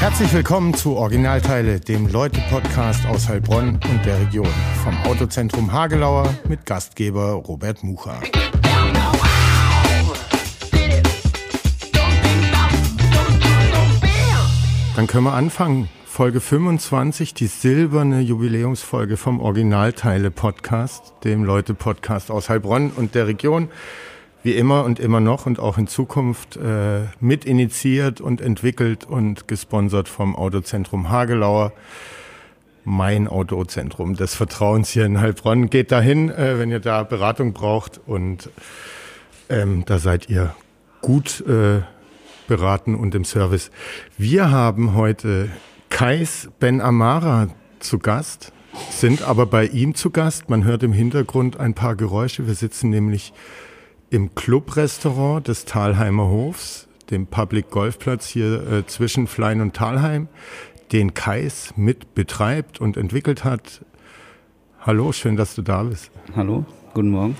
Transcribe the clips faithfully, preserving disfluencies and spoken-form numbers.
Herzlich willkommen zu Originalteile, dem Leute-Podcast aus Heilbronn und der Region. Vom Autozentrum Hagelauer mit Gastgeber Robert Mucha. Dann können wir anfangen. Folge fünfundzwanzig, die silberne Jubiläumsfolge vom Originalteile-Podcast, dem Leute-Podcast aus Heilbronn und der Region. Wie immer und immer noch und auch in Zukunft äh, mit initiiert und entwickelt und gesponsert vom Autozentrum Hagelauer. Mein Autozentrum des Vertrauens hier in Heilbronn. Geht dahin, äh, wenn ihr da Beratung braucht, und ähm, da seid ihr gut äh, beraten und im Service. Wir haben heute Kais Ben Amara zu Gast, sind aber bei ihm zu Gast. Man hört im Hintergrund ein paar Geräusche. Wir sitzen nämlich im Clubrestaurant des Thalheimer Hofs, dem Public Golfplatz hier äh, zwischen Flein und Thalheim, den Kais mit betreibt und entwickelt hat. Hallo, schön, dass du da bist. Hallo, guten Morgen.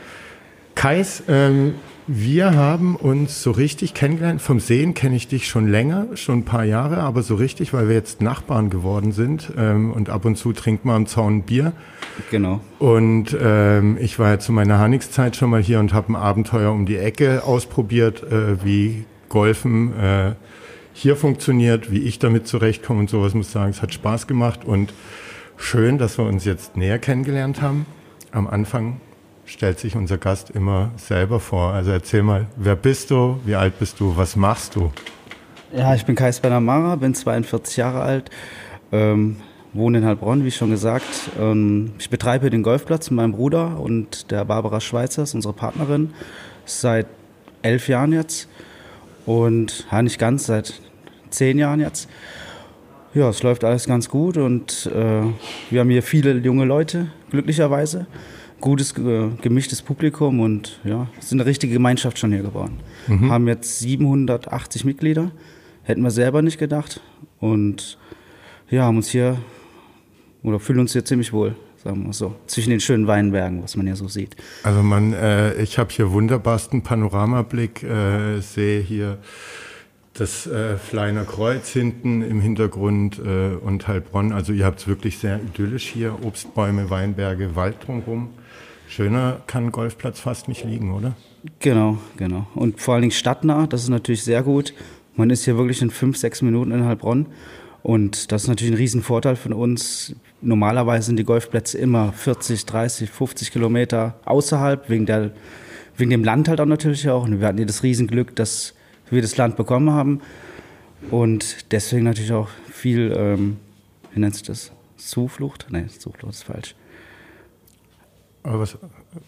Kais, ähm, wir haben uns so richtig kennengelernt. Vom Sehen kenne ich dich schon länger, schon ein paar Jahre, aber so richtig, weil wir jetzt Nachbarn geworden sind ähm, und ab und zu trinkt man am Zaun Bier. Genau. Und ähm, ich war ja zu meiner Hanix-Zeit schon mal hier und habe ein Abenteuer um die Ecke ausprobiert, äh, wie Golfen äh, hier funktioniert, wie ich damit zurechtkomme und sowas. Muss sagen, es hat Spaß gemacht und schön, dass wir uns jetzt näher kennengelernt haben. Am Anfang stellt sich unser Gast immer selber vor. Also erzähl mal, wer bist du, wie alt bist du, was machst du? Ja, ich bin Kais Ben Amara, bin zweiundvierzig Jahre alt, ähm, wohne in Heilbronn, wie schon gesagt. Ähm, ich betreibe den Golfplatz mit meinem Bruder und der Barbara Schweizer, ist unsere Partnerin, seit elf Jahren jetzt und ja, nicht ganz, seit zehn Jahren jetzt. Ja, es läuft alles ganz gut und äh, wir haben hier viele junge Leute, glücklicherweise. Gutes, äh, gemischtes Publikum und ja, es ist eine richtige Gemeinschaft schon hier geworden. Mhm. Haben jetzt siebenhundertachtzig Mitglieder, hätten wir selber nicht gedacht und ja, haben uns hier oder fühlen uns hier ziemlich wohl, sagen wir so, zwischen den schönen Weinbergen, was man hier so sieht. Also man, äh, ich habe hier wunderbarsten Panoramablick, äh, sehe hier das äh, Fleiner Kreuz hinten im Hintergrund äh, und Heilbronn. Also ihr habt es wirklich sehr idyllisch hier, Obstbäume, Weinberge, Wald drumherum. Schöner kann ein Golfplatz fast nicht liegen, oder? Genau, genau. Und vor allen Dingen stadtnah, das ist natürlich sehr gut. Man ist hier wirklich in fünf, sechs Minuten in Heilbronn. Und das ist natürlich ein Riesenvorteil von uns. Normalerweise sind die Golfplätze immer vierzig, dreißig, fünfzig Kilometer außerhalb, wegen, der, wegen dem Land halt auch natürlich auch. Und wir hatten hier das Riesenglück, dass wir das Land bekommen haben. Und deswegen natürlich auch viel, ähm, wie nennt sich das? Zuflucht? Nein, Zuflucht ist falsch. Aber was,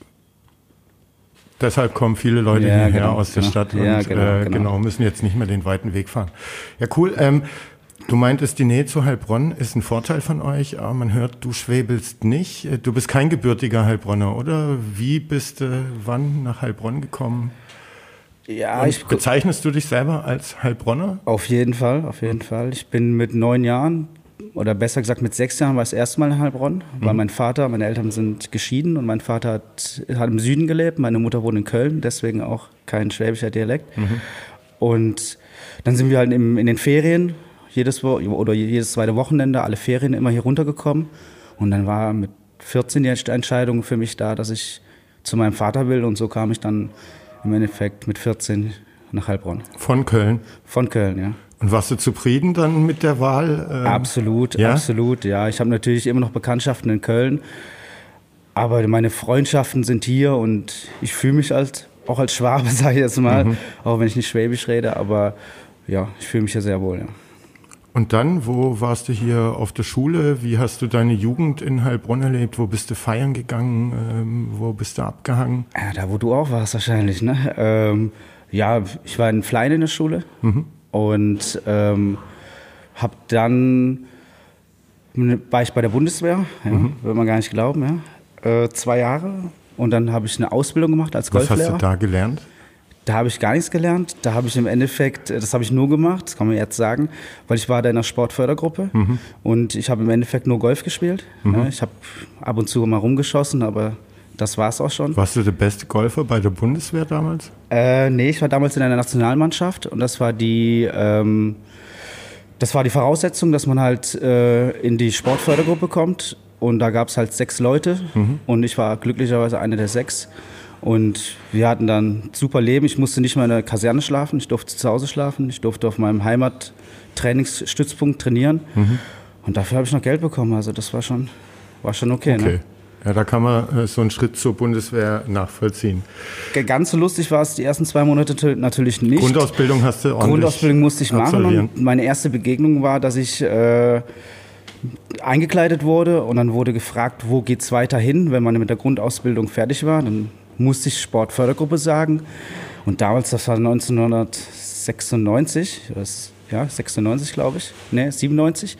deshalb kommen viele Leute ja, hierher genau, aus der genau. Stadt und ja, genau, äh, genau. genau, müssen jetzt nicht mehr den weiten Weg fahren. Ja, cool. Ähm, du meintest, die Nähe zu Heilbronn ist ein Vorteil von euch, aber man hört, du schwebelst nicht. Du bist kein gebürtiger Heilbronner, oder? Wie bist du wann nach Heilbronn gekommen? Ja, und ich, bezeichnest du dich selber als Heilbronner? Auf jeden Fall, auf jeden Fall. Ich bin mit neun Jahren, oder besser gesagt mit sechs Jahren, war das erste Mal in Heilbronn, mhm. weil mein Vater, meine Eltern sind geschieden und mein Vater hat, hat im Süden gelebt, meine Mutter wohnt in Köln, deswegen auch kein schwäbischer Dialekt. Mhm. Und dann sind wir halt in, in den Ferien, jedes Wo- oder jedes zweite Wochenende, alle Ferien immer hier runtergekommen. Und dann war mit vierzehn die Entscheidung für mich da, dass ich zu meinem Vater will, und so kam ich dann im Endeffekt mit vierzehn nach Heilbronn. Von Köln? Von Köln, ja. Und warst du zufrieden dann mit der Wahl? Ähm, absolut, ja? absolut, ja. Ich habe natürlich immer noch Bekanntschaften in Köln, aber meine Freundschaften sind hier und ich fühle mich als, auch als Schwabe, sage ich jetzt mal, mhm. auch wenn ich nicht Schwäbisch rede, aber ja, ich fühle mich hier sehr wohl, ja. Und dann, wo warst du hier auf der Schule? Wie hast du deine Jugend in Heilbronn erlebt? Wo bist du feiern gegangen? Ähm, wo bist du abgehangen? Ja, da, wo du auch warst wahrscheinlich, ne? Ähm, ja, ich war in Flein in der Schule mhm. und ähm, hab dann, war ich bei der Bundeswehr, ja, mhm. will man gar nicht glauben, ja, äh, zwei Jahre. Und dann habe ich eine Ausbildung gemacht als Golflehrer. Was hast du da gelernt? Da habe ich gar nichts gelernt. Da habe ich im Endeffekt, das habe ich nur gemacht, das kann man jetzt sagen, weil ich war da in einer Sportfördergruppe mhm. und ich habe im Endeffekt nur Golf gespielt. Mhm. Ich habe ab und zu mal rumgeschossen, aber das war es auch schon. Warst du der beste Golfer bei der Bundeswehr damals? Äh, nee, ich war damals in einer Nationalmannschaft und das war die, ähm, Das war die Voraussetzung, dass man halt äh, in die Sportfördergruppe kommt. Und da gab es halt sechs Leute. Mhm. Und ich war glücklicherweise einer der sechs. Und wir hatten dann ein super Leben. Ich musste nicht mal in der Kaserne schlafen. Ich durfte zu Hause schlafen. Ich durfte auf meinem Heimattrainingsstützpunkt trainieren. Mhm. Und dafür habe ich noch Geld bekommen. Also das war schon, war schon okay. Okay. Ne? Ja, da kann man äh, so einen Schritt zur Bundeswehr nachvollziehen. Ganz so lustig war es die ersten zwei Monate natürlich nicht. Grundausbildung hast du ordentlich Grundausbildung musste ich machen. absolvieren. Und meine erste Begegnung war, dass ich äh, eingekleidet wurde. Und dann wurde gefragt, wo geht's weiter hin, wenn man mit der Grundausbildung fertig war. Dann musste ich Sportfördergruppe sagen. Und damals, das war neunzehnhundertsechsundneunzig, das, ja, sechsundneunzig glaube ich, ne, siebenundneunzig.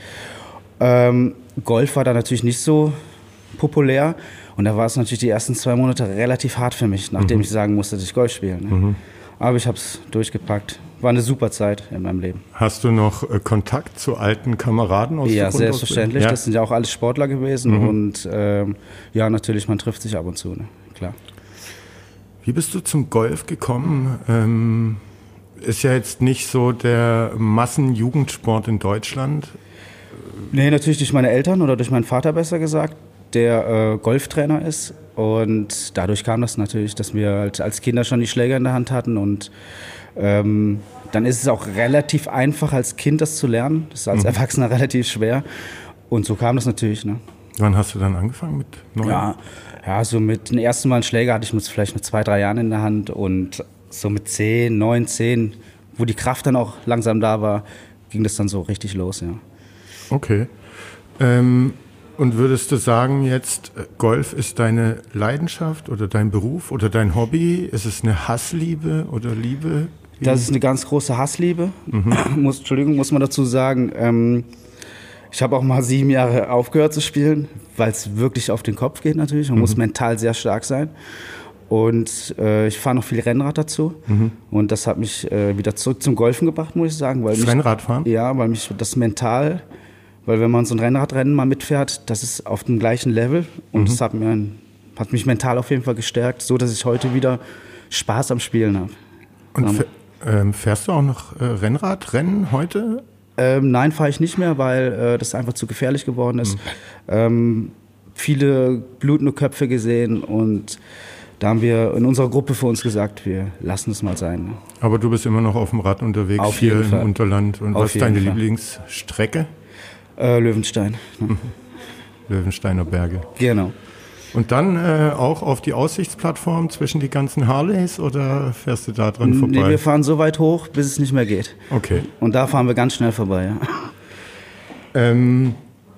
Ähm, Golf war da natürlich nicht so populär. Und da war es natürlich die ersten zwei Monate relativ hart für mich, nachdem mhm. ich sagen musste, dass ich Golf spiele. Ne? Mhm. Aber ich habe es durchgepackt. War eine super Zeit in meinem Leben. Hast du noch äh, Kontakt zu alten Kameraden aus Ja, der selbstverständlich. Ja? Das sind ja auch alles Sportler gewesen. Mhm. Und ähm, ja, natürlich, man trifft sich ab und zu, ne? Klar. Wie bist du zum Golf gekommen? Ähm, ist ja jetzt nicht so der Massenjugendsport in Deutschland. Nee, natürlich durch meine Eltern oder durch meinen Vater besser gesagt, der äh, Golftrainer ist. Und dadurch kam das natürlich, dass wir halt als Kinder schon die Schläger in der Hand hatten. Und ähm, dann ist es auch relativ einfach, als Kind das zu lernen. Das ist als mhm. Erwachsener relativ schwer. Und so kam das natürlich. Ne? Wann hast du dann angefangen mit neun? Ja, ja, so mit dem ersten Mal einen Schläger hatte ich mit, vielleicht mit zwei, drei Jahren in der Hand. Und so mit zehn, neun, zehn, wo die Kraft dann auch langsam da war, ging das dann so richtig los, ja. Okay. Ähm, und würdest du sagen jetzt, Golf ist deine Leidenschaft oder dein Beruf oder dein Hobby? Ist es eine Hassliebe oder Liebe? Das ist eine ganz große Hassliebe. Mhm. muss, Entschuldigung, muss man dazu sagen. Ähm, ich habe auch mal sieben Jahre aufgehört zu spielen, weil es wirklich auf den Kopf geht natürlich. Man mhm. muss mental sehr stark sein. Und äh, ich fahre noch viel Rennrad dazu. Mhm. Und das hat mich äh, wieder zurück zum Golfen gebracht, muss ich sagen. Weil das mich, Rennradfahren? Ja, weil mich das mental, weil wenn man so ein Rennradrennen mal mitfährt, das ist auf dem gleichen Level. Und mhm. das hat, mir, hat mich mental auf jeden Fall gestärkt, so dass ich heute wieder Spaß am Spielen habe. Und f- ähm, fährst du auch noch äh, Rennradrennen heute? Ähm, nein, fahre ich nicht mehr, weil äh, das einfach zu gefährlich geworden ist. Mhm. Ähm, viele blutende Köpfe gesehen und da haben wir in unserer Gruppe für uns gesagt, wir lassen es mal sein. Ne? Aber du bist immer noch auf dem Rad unterwegs auf hier im Fall. Unterland. Und auf was ist deine Fall. Lieblingsstrecke? Äh, Löwenstein. Ne? Mhm. Löwensteiner Berge. Genau. Und dann äh, auch auf die Aussichtsplattform zwischen die ganzen Harleys oder fährst du da dran vorbei? Nee, wir fahren so weit hoch, bis es nicht mehr geht. Okay. Und da fahren wir ganz schnell vorbei, ja. Ähm,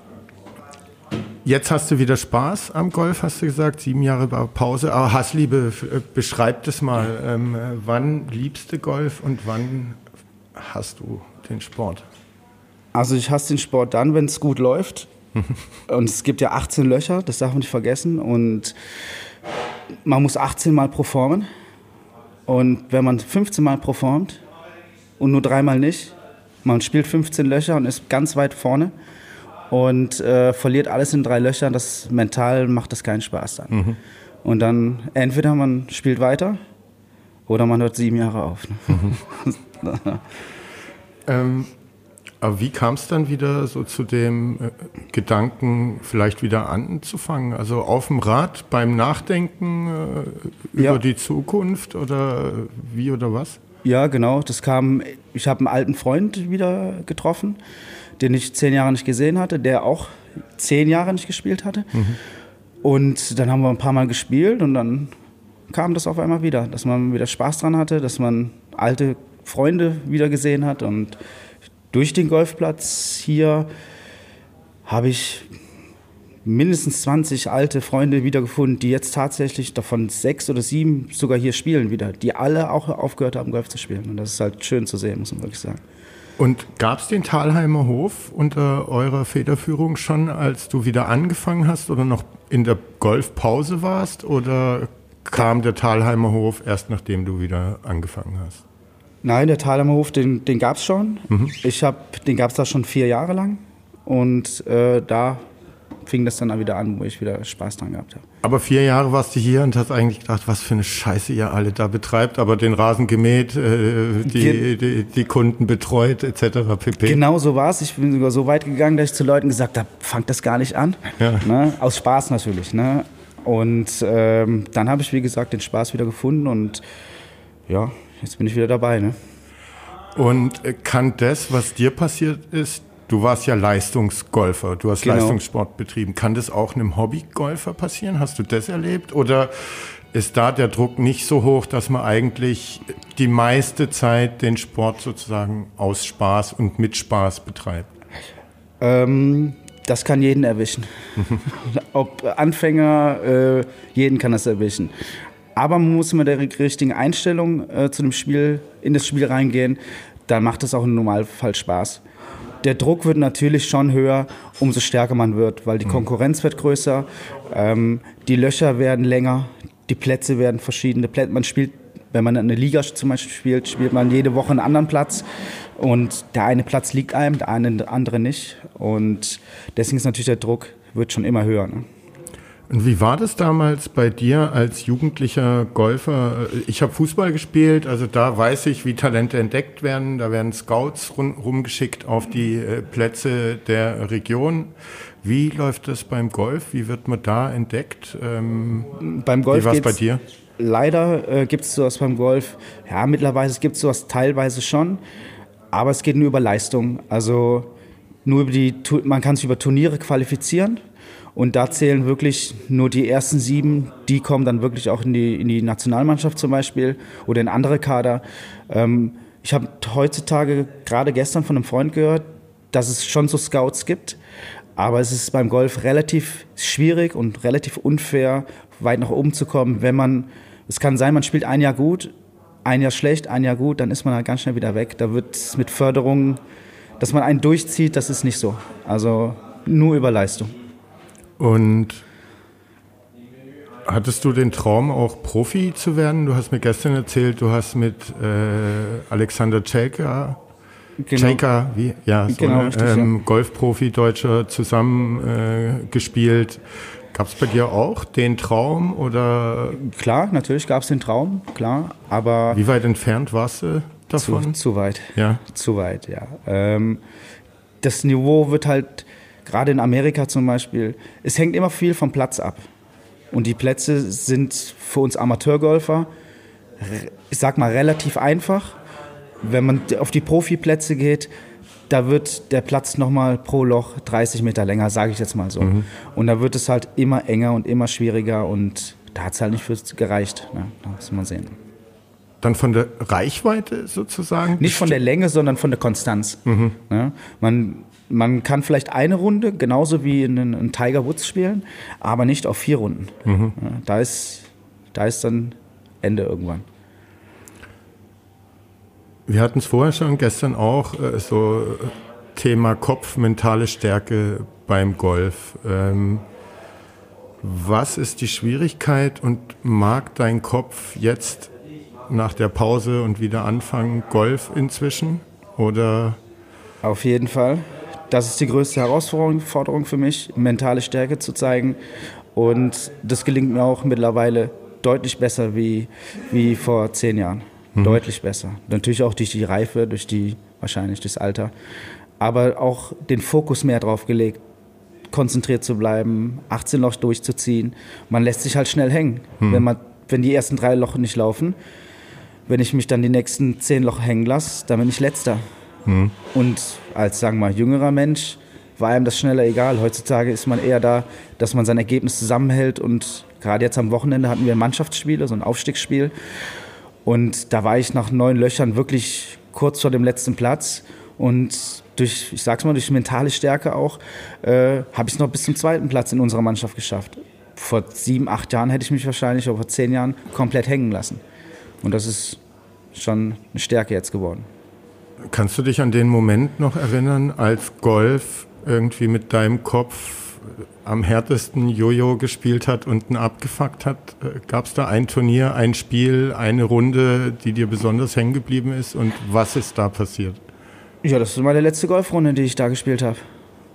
jetzt hast du wieder Spaß am Golf, hast du gesagt, sieben Jahre Pause. Aber Hassliebe, beschreib das mal. Ähm, wann liebst du Golf und wann hast du den Sport? Also ich hasse den Sport dann, wenn es gut läuft. Und es gibt ja achtzehn Löcher, das darf man nicht vergessen. Und man muss achtzehn Mal performen. Und wenn man fünfzehn Mal performt und nur dreimal nicht, man spielt fünfzehn Löcher und ist ganz weit vorne und äh, verliert alles in drei Löchern, das mental macht das keinen Spaß dann. Mhm. Und dann entweder man spielt weiter oder man hört sieben Jahre auf. Ne? Mhm. ähm. Aber wie kam es dann wieder so zu dem äh, Gedanken, vielleicht wieder anzufangen? Also auf dem Rad beim Nachdenken äh, über ja. die Zukunft oder wie oder was? Ja, genau. Das kam. Ich habe einen alten Freund wieder getroffen, den ich zehn Jahre nicht gesehen hatte, der auch zehn Jahre nicht gespielt hatte. Mhm. Und dann haben wir ein paar Mal gespielt und dann kam das auf einmal wieder, dass man wieder Spaß dran hatte, dass man alte Freunde wieder gesehen hat und durch den Golfplatz hier habe ich mindestens zwanzig alte Freunde wiedergefunden, die jetzt tatsächlich, davon sechs oder sieben sogar hier spielen wieder, die alle auch aufgehört haben, Golf zu spielen. Und das ist halt schön zu sehen, muss man wirklich sagen. Und gab es den Thalheimer Hof unter eurer Federführung schon, als du wieder angefangen hast oder noch in der Golfpause warst? Oder kam der Thalheimer Hof erst, nachdem du wieder angefangen hast? Nein, der Thalheimer Hof, den, den gab es schon. Mhm. Ich hab, den gab es da schon vier Jahre lang. Und äh, da fing das dann auch wieder an, wo ich wieder Spaß dran gehabt habe. Aber vier Jahre warst du hier und hast eigentlich gedacht, was für eine Scheiße ihr alle da betreibt, aber den Rasen gemäht, äh, die, Ge- die, die Kunden betreut et cetera pp. Genau so war es. Ich bin sogar so weit gegangen, dass ich zu Leuten gesagt habe, fangt das gar nicht an. Ja. Ne? Aus Spaß natürlich. Ne? Und ähm, dann habe ich, wie gesagt, den Spaß wieder gefunden und ja, jetzt bin ich wieder dabei. Ne? Und kann das, was dir passiert ist, du warst ja Leistungsgolfer, du hast genau. Leistungssport betrieben. Kann das auch einem Hobbygolfer passieren? Hast du das erlebt? Oder ist da der Druck nicht so hoch, dass man eigentlich die meiste Zeit den Sport sozusagen aus Spaß und mit Spaß betreibt? Ähm, das kann jeden erwischen. Ob Anfänger, äh, jeden kann das erwischen. Aber man muss mit der richtigen Einstellung äh, zu dem Spiel, in das Spiel reingehen. Dann macht es auch im Normalfall Spaß. Der Druck wird natürlich schon höher, umso stärker man wird, weil die Konkurrenz wird größer, ähm, die Löcher werden länger, die Plätze werden verschiedene. Man spielt, wenn man eine Liga zum Beispiel spielt, spielt man jede Woche einen anderen Platz und der eine Platz liegt einem, der eine, andere nicht. Und deswegen ist natürlich der Druck, wird schon immer höher. Ne? Und wie war das damals bei dir als jugendlicher Golfer? Ich habe Fußball gespielt, also da weiß ich, wie Talente entdeckt werden. Da werden Scouts rum, rumgeschickt auf die äh, Plätze der Region. Wie läuft das beim Golf? Wie wird man da entdeckt? Ähm, beim Golf wie war es bei dir? Leider äh, gibt es sowas beim Golf. Ja, mittlerweile gibt es sowas teilweise schon, aber es geht nur über Leistung. Also nur über die, man kann sich über Turniere qualifizieren. Und da zählen wirklich nur die ersten sieben, die kommen dann wirklich auch in die, in die Nationalmannschaft zum Beispiel oder in andere Kader. Ähm, ich habe heutzutage gerade gestern von einem Freund gehört, dass es schon so Scouts gibt, aber es ist beim Golf relativ schwierig und relativ unfair, weit nach oben zu kommen, wenn man, es kann sein, man spielt ein Jahr gut, ein Jahr schlecht, ein Jahr gut, dann ist man halt ganz schnell wieder weg. Da wird es mit Förderung, dass man einen durchzieht, das ist nicht so. Also nur über Leistung. Und hattest du den Traum, auch Profi zu werden? Du hast mir gestern erzählt, du hast mit äh, Alexander Celka, genau. Celka, wie? Ja, so genau, eine, richtig, ähm, ja. Golfprofi Deutscher zusammen äh, gespielt. Gab es bei dir auch den Traum? Oder? Klar, natürlich gab es den Traum, klar. Aber wie weit entfernt warst du davon? Zu, zu weit. Ja. Zu weit, ja. Ähm, das Niveau wird halt, gerade in Amerika zum Beispiel, es hängt immer viel vom Platz ab. Und die Plätze sind für uns Amateurgolfer, ich sag mal, relativ einfach. Wenn man auf die Profiplätze geht, da wird der Platz nochmal pro Loch dreißig Meter länger, sage ich jetzt mal so. Mhm. Und da wird es halt immer enger und immer schwieriger und da hat es halt nicht für gereicht. Ne? Da muss man sehen. Dann von der Reichweite sozusagen? Nicht von der Länge, sondern von der Konstanz. Mhm. Ne? Man Man kann vielleicht eine Runde, genauso wie in, in Tiger Woods spielen, aber nicht auf vier Runden. Mhm. Ja, da ist, da ist dann Ende irgendwann. Wir hatten es vorher schon, gestern auch, äh, so Thema Kopf, mentale Stärke beim Golf. Ähm, was ist die Schwierigkeit und mag dein Kopf jetzt nach der Pause und wieder anfangen Golf inzwischen? Oder? Auf jeden Fall. Das ist die größte Herausforderung für mich, mentale Stärke zu zeigen. Und das gelingt mir auch mittlerweile deutlich besser wie, wie vor zehn Jahren. Mhm. Deutlich besser. Natürlich auch durch die Reife, durch die, wahrscheinlich durchs Alter. Aber auch den Fokus mehr drauf gelegt, konzentriert zu bleiben, achtzehn Loch durchzuziehen. Man lässt sich halt schnell hängen. Mhm. Wenn, man, wenn die ersten drei Loch nicht laufen, wenn ich mich dann die nächsten zehn Loch hängen lasse, dann bin ich Letzter. Mhm. Und als, sagen wir mal, jüngerer Mensch war einem das schneller egal. Heutzutage ist man eher da, dass man sein Ergebnis zusammenhält. Und gerade jetzt am Wochenende hatten wir ein Mannschaftsspiel, so ein Aufstiegsspiel. Und da war ich nach neun Löchern wirklich kurz vor dem letzten Platz. Und durch, ich sag's mal, durch mentale Stärke auch, äh, habe ich es noch bis zum zweiten Platz in unserer Mannschaft geschafft. Vor sieben, acht Jahren hätte ich mich wahrscheinlich, oder vor zehn Jahren, komplett hängen lassen. Und das ist schon eine Stärke jetzt geworden. Kannst du dich an den Moment noch erinnern, als Golf irgendwie mit deinem Kopf am härtesten Jojo gespielt hat und einen abgefuckt hat? Gab es da ein Turnier, ein Spiel, eine Runde, die dir besonders hängen geblieben ist? Und was ist da passiert? Ja, das ist meine letzte Golfrunde, die ich da gespielt habe.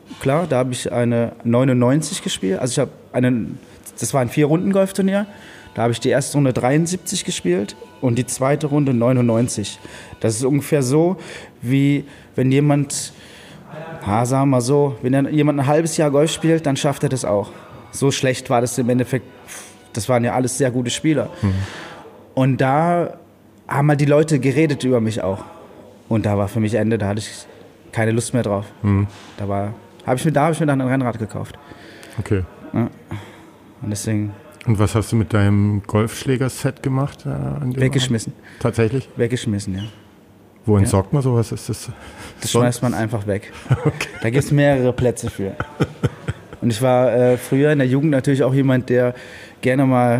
klar, da habe ich eine neunundneunzig gespielt. Also ich habe einen, das war ein Vier-Runden-Golfturnier. Da habe ich die erste Runde dreiundsiebzig gespielt und die zweite Runde neunundneunzig. Das ist ungefähr so, wie wenn jemand, ja, sagen wir mal so, wenn jemand ein halbes Jahr Golf spielt, dann schafft er das auch. So schlecht war das im Endeffekt. Das waren ja alles sehr gute Spieler. Mhm. Und da haben halt die Leute geredet über mich auch. Und da war für mich Ende, da hatte ich keine Lust mehr drauf. Mhm. Da war, hab ich mir, da habe ich mir dann ein Rennrad gekauft. Okay. Ja. Und deswegen... Und was hast du mit deinem Golfschläger-Set gemacht? Äh, an dem Weggeschmissen. Abend? Tatsächlich? Weggeschmissen, ja. Wo ja. entsorgt man sowas? Ist das das schmeißt man einfach weg. Okay. Da gibt es mehrere Plätze für. Und ich war äh, früher in der Jugend natürlich auch jemand, der gerne mal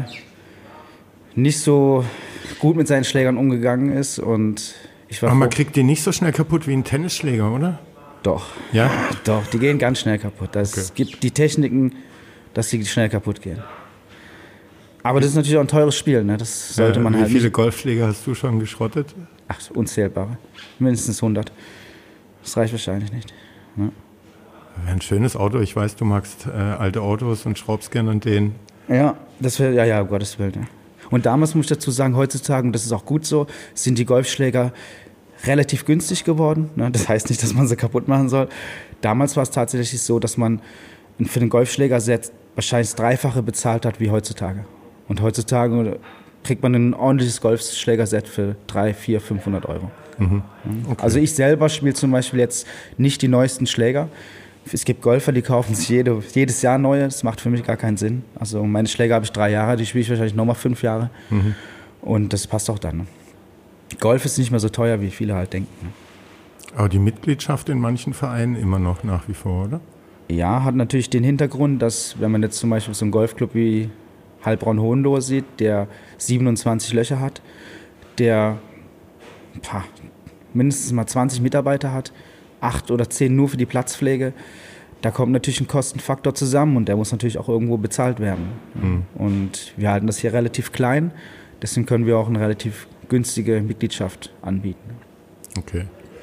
nicht so gut mit seinen Schlägern umgegangen ist. Und ich war Aber man froh. kriegt die nicht so schnell kaputt wie ein Tennisschläger, oder? Doch. Ja? Doch, die gehen ganz schnell kaputt. Es okay. gibt die Techniken, dass sie schnell kaputt gehen. Aber das ist natürlich auch ein teures Spiel, ne? Das sollte ja, man wie halt viele nicht... Golfschläger hast du schon geschrottet? Ach, unzählbare. Mindestens hundert. Das reicht wahrscheinlich nicht. Ne? Ein schönes Auto. Ich weiß, du magst äh, alte Autos und schraubst gerne an denen. Ja, das wäre, ja, ja, um Gottes Willen. Ja. Und damals muss ich dazu sagen, heutzutage, und das ist auch gut so, sind die Golfschläger relativ günstig geworden. Ne? Das heißt nicht, dass man sie kaputt machen soll. Damals war es tatsächlich so, dass man für den Golfschläger sehr, wahrscheinlich das Dreifache bezahlt hat wie heutzutage. Und heutzutage kriegt man ein ordentliches Golfschlägerset für dreihundert, vierhundert, fünfhundert Euro. Mhm. Okay. Also ich selber spiele zum Beispiel jetzt nicht die neuesten Schläger. Es gibt Golfer, die kaufen sich jede, jedes Jahr neue. Das macht für mich gar keinen Sinn. Also meine Schläger habe ich drei Jahre, die spiele ich wahrscheinlich nochmal fünf Jahre. Mhm. Und das passt auch dann. Golf ist nicht mehr so teuer, wie viele halt denken. Aber die Mitgliedschaft in manchen Vereinen immer noch nach wie vor, oder? Ja, hat natürlich den Hintergrund, dass wenn man jetzt zum Beispiel so einen Golfclub wie Heilbronn-Hohenlohe sieht, der siebenundzwanzig Löcher hat, der pah, mindestens mal zwanzig Mitarbeiter hat, acht oder zehn nur für die Platzpflege, da kommt natürlich ein Kostenfaktor zusammen und der muss natürlich auch irgendwo bezahlt werden. Mhm. Und wir halten das hier relativ klein, deswegen können wir auch eine relativ günstige Mitgliedschaft anbieten. Okay.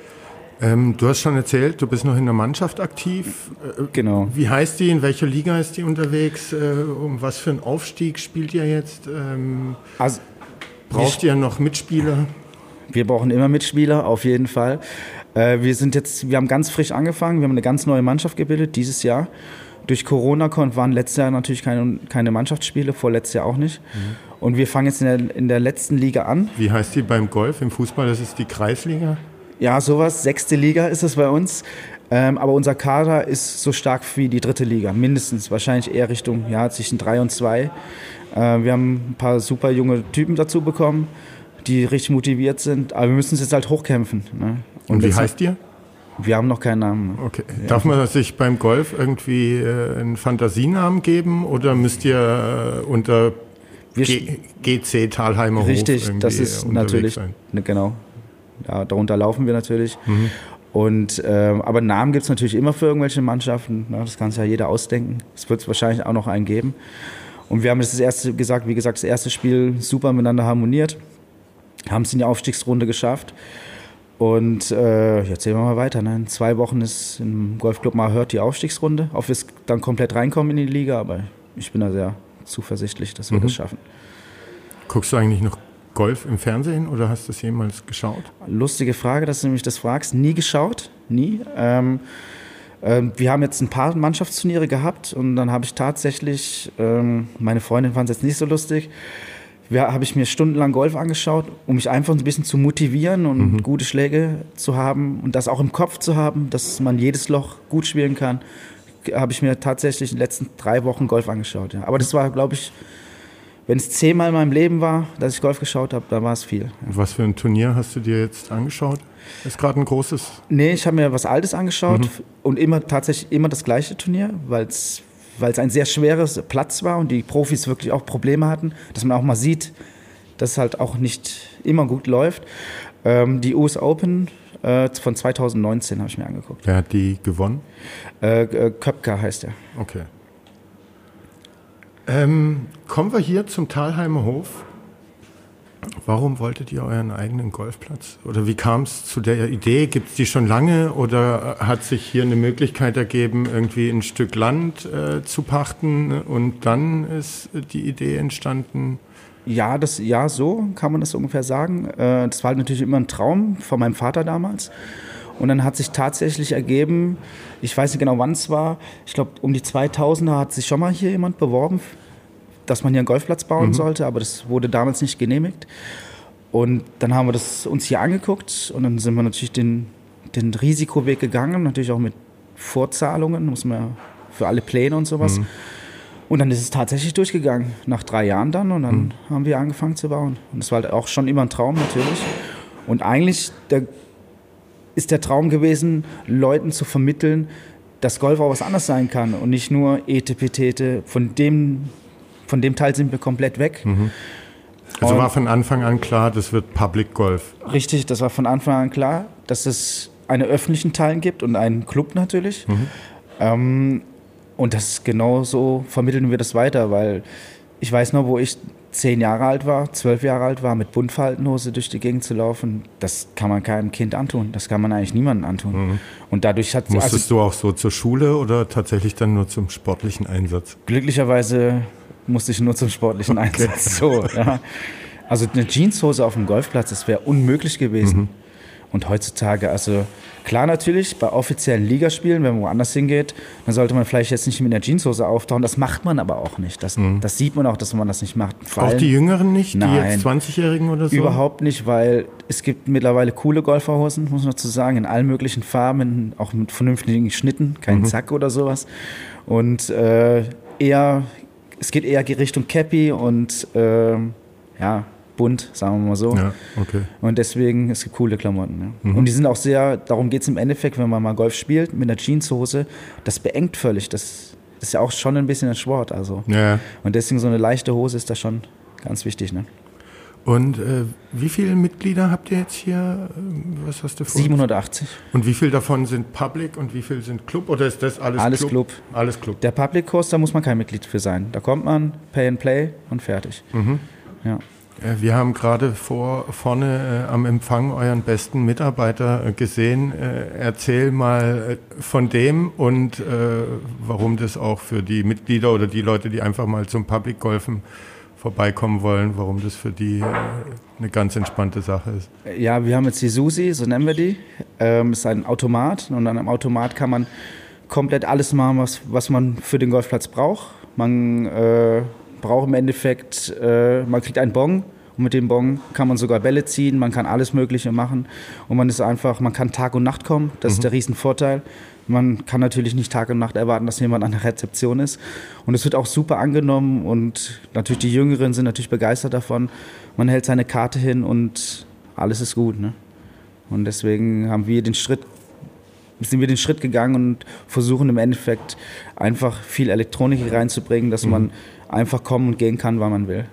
Ähm, du hast schon erzählt, du bist noch in der Mannschaft aktiv. Äh, genau. Wie heißt die? In welcher Liga ist die unterwegs? Äh, um was für einen Aufstieg spielt ihr jetzt? Ähm, also, braucht ihr noch Mitspieler? Wir brauchen immer Mitspieler, auf jeden Fall. Äh, wir sind jetzt, wir haben ganz frisch angefangen, wir haben eine ganz neue Mannschaft gebildet dieses Jahr. Durch Corona waren letztes Jahr natürlich keine, keine Mannschaftsspiele, vorletztes Jahr auch nicht. Mhm. Und wir fangen jetzt in der, in der letzten Liga an. Wie heißt die beim Golf? Im Fußball, das ist die Kreisliga? Ja, sowas. Sechste Liga ist es bei uns. Ähm, aber unser Kader ist so stark wie die dritte Liga. Mindestens. Wahrscheinlich eher Richtung ja, zwischen drei und zwei. Äh, wir haben ein paar super junge Typen dazu bekommen, die richtig motiviert sind. Aber wir müssen es jetzt halt hochkämpfen. Ne? Und, und wie heißt ihr? Wir haben noch keinen Namen. Okay. Ja. Darf man sich beim Golf irgendwie äh, einen Fantasienamen geben oder müsst ihr äh, unter G- GC Thalheimer Hof richtig, das ist natürlich, ne, genau. Ja, darunter laufen wir natürlich. Mhm. Und, ähm, aber Namen gibt es natürlich immer für irgendwelche Mannschaften. Ne? Das kann sich ja jeder ausdenken. Es wird wahrscheinlich auch noch einen geben. Und wir haben das erste gesagt, wie gesagt, das erste Spiel super miteinander harmoniert. Haben es in die Aufstiegsrunde geschafft. Und äh, jetzt sehen wir mal weiter. Ne? In zwei Wochen ist im Golfclub Marhört die Aufstiegsrunde. Ob wir es dann komplett reinkommen in die Liga, aber ich bin da sehr zuversichtlich, dass wir mhm. das schaffen. Guckst du eigentlich noch Golf im Fernsehen oder hast du es jemals geschaut? Lustige Frage, dass du mich das fragst. Nie geschaut, nie. Ähm, äh, wir haben jetzt ein paar Mannschaftsturniere gehabt und dann habe ich tatsächlich, ähm, meine Freundin fand es jetzt nicht so lustig, ja, habe ich mir stundenlang Golf angeschaut, um mich einfach ein bisschen zu motivieren und mhm. gute Schläge zu haben und das auch im Kopf zu haben, dass man jedes Loch gut spielen kann, habe ich mir tatsächlich in den letzten drei Wochen Golf angeschaut. Ja. Aber das war, glaube ich, wenn es zehnmal in meinem Leben war, dass ich Golf geschaut habe, dann war es viel. Ja. Was für ein Turnier hast du dir jetzt angeschaut? Ist gerade ein großes? Nee, ich habe mir was Altes angeschaut mhm. und immer tatsächlich immer das gleiche Turnier, weil es weil es ein sehr schweres Platz war und die Profis wirklich auch Probleme hatten, dass man auch mal sieht, dass es halt auch nicht immer gut läuft. Ähm, die U S Open äh, von zwanzig neunzehn habe ich mir angeguckt. Wer hat die gewonnen? Äh, äh, Köpker heißt er. Okay. Ähm, kommen wir hier zum Thalheimer Hof. Warum wolltet ihr euren eigenen Golfplatz? Oder wie kam es zu der Idee? Gibt es die schon lange oder hat sich hier eine Möglichkeit ergeben, irgendwie ein Stück Land äh, zu pachten und dann ist die Idee entstanden? Ja, das, ja, so kann man das ungefähr sagen. Äh, das war halt natürlich immer ein Traum von meinem Vater damals. Und dann hat sich tatsächlich ergeben, ich weiß nicht genau, wann es war, ich glaube um die zweitausender hat sich schon mal hier jemand beworben, dass man hier einen Golfplatz bauen mhm. sollte, aber das wurde damals nicht genehmigt. Und dann haben wir das uns hier angeguckt und dann sind wir natürlich den, den Risikoweg gegangen, natürlich auch mit Vorzahlungen, muss man ja für alle Pläne und sowas. Mhm. Und dann ist es tatsächlich durchgegangen, nach drei Jahren dann und dann mhm. haben wir angefangen zu bauen. Und das war halt auch schon immer ein Traum natürlich. Und eigentlich der, ist der Traum gewesen, Leuten zu vermitteln, dass Golf auch was anderes sein kann und nicht nur Etepetete, von dem Von dem Teil sind wir komplett weg. Mhm. Also und war von Anfang an klar, das wird Public Golf? Richtig, das war von Anfang an klar, dass es einen öffentlichen Teil gibt und einen Club natürlich. Mhm. Ähm, und das genau so vermitteln wir das weiter, weil ich weiß noch, wo ich zehn Jahre alt war, zwölf Jahre alt war, mit Buntfaltenhose durch die Gegend zu laufen, das kann man keinem Kind antun. Das kann man eigentlich niemandem antun. Mhm. Und dadurch hat Musstest also, du auch so zur Schule oder tatsächlich dann nur zum sportlichen Einsatz? Glücklicherweise musste ich nur zum sportlichen okay. Einsatz. So, ja. Also eine Jeanshose auf dem Golfplatz, das wäre unmöglich gewesen. Mhm. Und heutzutage, also klar natürlich, bei offiziellen Ligaspielen, wenn man woanders hingeht, dann sollte man vielleicht jetzt nicht mit einer Jeanshose auftauchen. Das macht man aber auch nicht. Das, mhm. das sieht man auch, dass man das nicht macht. Vor auch die Jüngeren nicht? Nein, die jetzt zwanzigjährigen oder so? Überhaupt nicht, weil es gibt mittlerweile coole Golferhosen, muss man dazu sagen, in allen möglichen Farben, auch mit vernünftigen Schnitten, kein mhm. Sack oder sowas. Und äh, eher... Es geht eher Richtung Cappy und äh, ja, bunt, sagen wir mal so. Ja, okay. Und deswegen, es gibt coole Klamotten. Ja. Mhm. Und die sind auch sehr, darum geht es im Endeffekt, wenn man mal Golf spielt, mit einer Jeanshose, das beengt völlig. Das, das ist ja auch schon ein bisschen ein Sport. Also. Ja. Und deswegen so eine leichte Hose ist da schon ganz wichtig. Ne? Und äh, wie viele Mitglieder habt ihr jetzt hier? Was hast du vor? siebenhundertachtzig. Und wie viele davon sind Public und wie viele sind Club? Oder ist das alles, alles Club? Club? Alles Club. Der Public-Kurs, da muss man kein Mitglied für sein. Da kommt man, Pay and Play und fertig. Mhm. Ja. Wir haben gerade vor, vorne äh, am Empfang euren besten Mitarbeiter äh, gesehen. Äh, erzähl mal äh, von dem und äh, warum das auch für die Mitglieder oder die Leute, die einfach mal zum Public Golfen vorbeikommen wollen, warum das für die äh, eine ganz entspannte Sache ist. Ja, wir haben jetzt die Susi, so nennen wir die. Ähm, ist ein Automat und an einem Automat kann man komplett alles machen, was, was man für den Golfplatz braucht. Man äh, braucht im Endeffekt, äh, man kriegt einen Bon und mit dem Bon kann man sogar Bälle ziehen, man kann alles Mögliche machen und man ist einfach, man kann Tag und Nacht kommen, das mhm. ist der Riesenvorteil. Man kann natürlich nicht Tag und Nacht erwarten, dass jemand an der Rezeption ist. Und es wird auch super angenommen und natürlich die Jüngeren sind natürlich begeistert davon. Man hält seine Karte hin und alles ist gut. Ne? Und deswegen haben wir den Schritt, sind wir den Schritt gegangen und versuchen im Endeffekt einfach viel Elektronik hier reinzubringen, dass mhm. man einfach kommen und gehen kann, wann man will.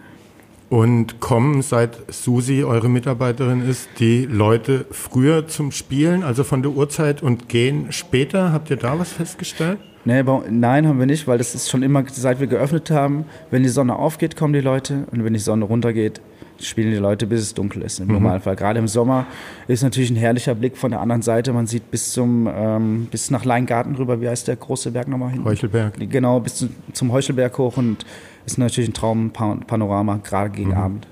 Und kommen, seit Susi eure Mitarbeiterin ist, die Leute früher zum Spielen, also von der Uhrzeit, und gehen später? Habt ihr da was festgestellt? Nee, nein, haben wir nicht, weil das ist schon immer, seit wir geöffnet haben, wenn die Sonne aufgeht, kommen die Leute und wenn die Sonne runtergeht, spielen die Leute, bis es dunkel ist im mhm. Normalfall. Gerade im Sommer ist natürlich ein herrlicher Blick von der anderen Seite. Man sieht bis zum ähm, bis nach Leingarten rüber, wie heißt der große Berg nochmal hin? Heuchelberg. Genau, bis zu, zum Heuchelberg hoch und ist natürlich ein Traumpanorama, gerade gegen mhm. Abend.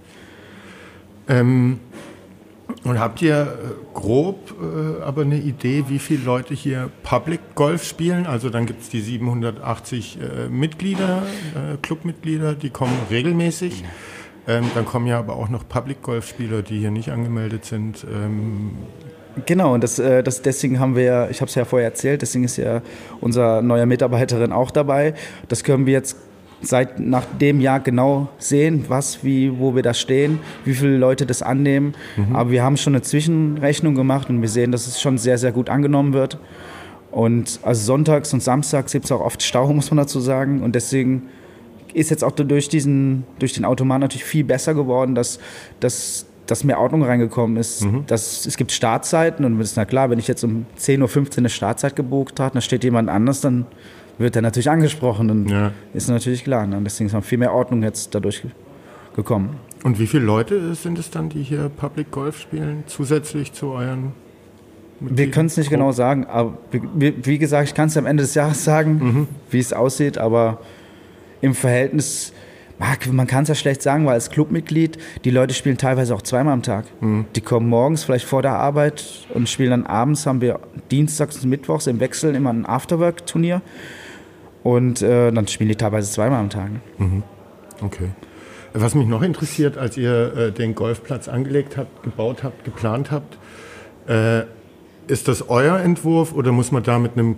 Ähm, und habt ihr äh, grob äh, aber eine Idee, wie viele Leute hier Public Golf spielen? Also dann gibt es die siebenhundertachtzig äh, Mitglieder, äh, Clubmitglieder, die kommen regelmäßig. Ähm, dann kommen ja aber auch noch Public-Golf-Spieler, die hier nicht angemeldet sind. Ähm genau, und das, äh, das, deswegen haben wir, ich habe es ja vorher erzählt, deswegen ist ja unser neuer Mitarbeiterin auch dabei. Das können wir jetzt seit nach dem Jahr genau sehen, was, wie, wo wir da stehen, wie viele Leute das annehmen. Mhm. Aber wir haben schon eine Zwischenrechnung gemacht und wir sehen, dass es schon sehr, sehr gut angenommen wird. Und also sonntags und samstags gibt es auch oft Stau, muss man dazu sagen. Und deswegen ist jetzt auch durch, diesen, durch den Automat natürlich viel besser geworden, dass, dass, dass mehr Ordnung reingekommen ist. Mhm. Dass, es gibt Startzeiten und es ist na klar, wenn ich jetzt um zehn Uhr fünfzehn eine Startzeit gebucht habe, dann steht jemand anders, dann wird er natürlich angesprochen und ja. ist natürlich klar. Ne? Deswegen ist noch viel mehr Ordnung jetzt dadurch gekommen. Und wie viele Leute sind es dann, die hier Public Golf spielen, zusätzlich zu euren Mitgliedern? Wir können es nicht genau sagen, aber wie, wie gesagt, ich kann es am Ende des Jahres sagen, mhm. wie es aussieht, aber im Verhältnis, man kann es ja schlecht sagen, weil als Clubmitglied, die Leute spielen teilweise auch zweimal am Tag. Mhm. Die kommen morgens vielleicht vor der Arbeit und spielen dann abends, haben wir dienstags und mittwochs im Wechsel immer ein Afterwork-Turnier und äh, dann spielen die teilweise zweimal am Tag. Mhm. Okay. Was mich noch interessiert, als ihr äh, den Golfplatz angelegt habt, gebaut habt, geplant habt, äh, ist das euer Entwurf oder muss man da mit einem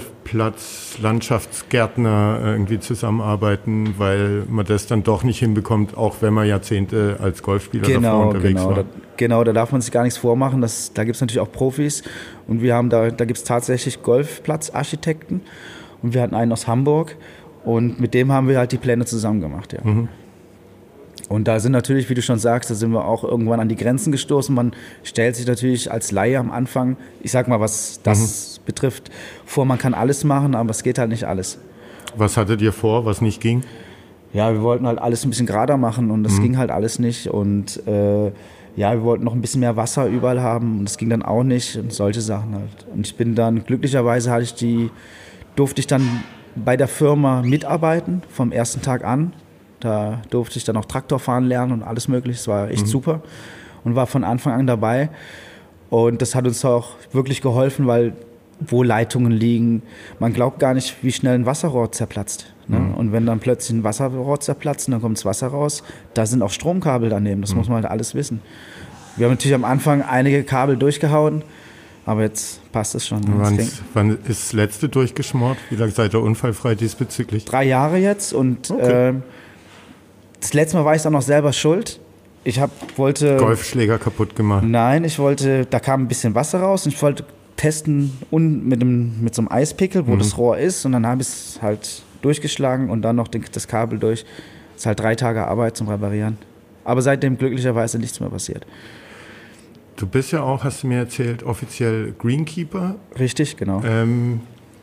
Golfplatz-Landschaftsgärtner äh, irgendwie zusammenarbeiten, weil man das dann doch nicht hinbekommt, auch wenn man Jahrzehnte als Golfspieler genau, davor unterwegs genau, war? Da, genau, da darf man sich gar nichts vormachen. Das, da gibt es natürlich auch Profis und wir haben da, da gibt es tatsächlich Golfplatzarchitekten und wir hatten einen aus Hamburg und mit dem haben wir halt die Pläne zusammen gemacht, ja. Mhm. Und da sind natürlich, wie du schon sagst, da sind wir auch irgendwann an die Grenzen gestoßen. Man stellt sich natürlich als Laie am Anfang, ich sag mal, was das mhm. betrifft, vor, man kann alles machen, aber es geht halt nicht alles. Was hattet ihr vor, was nicht ging? Ja, wir wollten halt alles ein bisschen gerader machen und das mhm. ging halt alles nicht. Und äh, ja, wir wollten noch ein bisschen mehr Wasser überall haben und das ging dann auch nicht und solche Sachen halt. Und ich bin dann, glücklicherweise hatte ich die, durfte ich dann bei der Firma mitarbeiten vom ersten Tag an. Da durfte ich dann auch Traktor fahren lernen und alles mögliche. Das war echt mhm. super und war von Anfang an dabei. Und das hat uns auch wirklich geholfen, weil wo Leitungen liegen, man glaubt gar nicht, wie schnell ein Wasserrohr zerplatzt. Ne? Mhm. Und wenn dann plötzlich ein Wasserrohr zerplatzt und dann kommt das Wasser raus, da sind auch Stromkabel daneben. Das mhm. muss man halt alles wissen. Wir haben natürlich am Anfang einige Kabel durchgehauen, aber jetzt passt es schon. Wann, wann ist das letzte durchgeschmort? Wie lange seid ihr unfallfrei diesbezüglich? Drei Jahre jetzt und okay. äh, das letzte Mal war ich dann noch selber schuld. Ich hab, wollte... Golfschläger kaputt gemacht? Nein, ich wollte, da kam ein bisschen Wasser raus und ich wollte testen un, mit, dem, mit so einem Eispickel, wo mhm. das Rohr ist. Und dann habe ich es halt durchgeschlagen und dann noch den, das Kabel durch. Das ist halt drei Tage Arbeit zum Reparieren. Aber seitdem glücklicherweise nichts mehr passiert. Du bist ja auch, hast du mir erzählt, offiziell Greenkeeper. Richtig, genau. Ähm,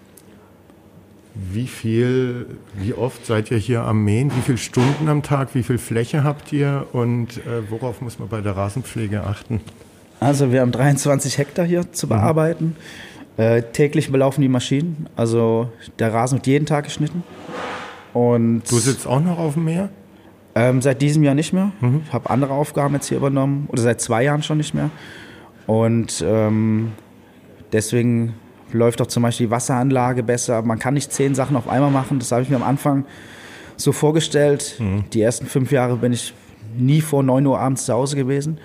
Wie viel, wie oft seid ihr hier am Mähen? Wie viele Stunden am Tag? Wie viel Fläche habt ihr? Und äh, worauf muss man bei der Rasenpflege achten? Also wir haben dreiundzwanzig Hektar hier zu bearbeiten. Mhm. Äh, täglich belaufen die Maschinen. Also der Rasen wird jeden Tag geschnitten. Und du sitzt auch noch auf dem Mäher? Ähm, seit diesem Jahr nicht mehr. Mhm. Ich habe andere Aufgaben jetzt hier übernommen. Oder seit zwei Jahren schon nicht mehr. Und ähm, deswegen läuft auch zum Beispiel die Wasseranlage besser. Man kann nicht zehn Sachen auf einmal machen. Das habe ich mir am Anfang so vorgestellt. Mhm. Die ersten fünf Jahre bin ich nie vor neun Uhr abends zu Hause gewesen.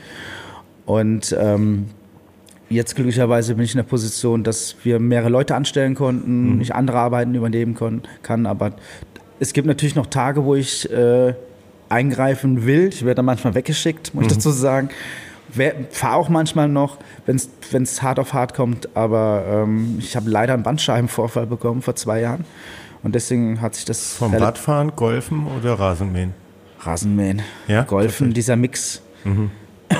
Und ähm, jetzt glücklicherweise bin ich in der Position, dass wir mehrere Leute anstellen konnten, mhm. ich andere Arbeiten übernehmen kon- kann. Aber es gibt natürlich noch Tage, wo ich äh, eingreifen will. Ich werde dann manchmal weggeschickt, muss ich mhm. dazu sagen. Fahre auch manchmal noch, wenn es hart auf hart kommt, aber ähm, ich habe leider einen Bandscheibenvorfall bekommen vor zwei Jahren und deswegen hat sich das... Vom Radfahren, Golfen oder Rasenmähen? Rasenmähen, ja? Golfen, dieser Mix. Mhm.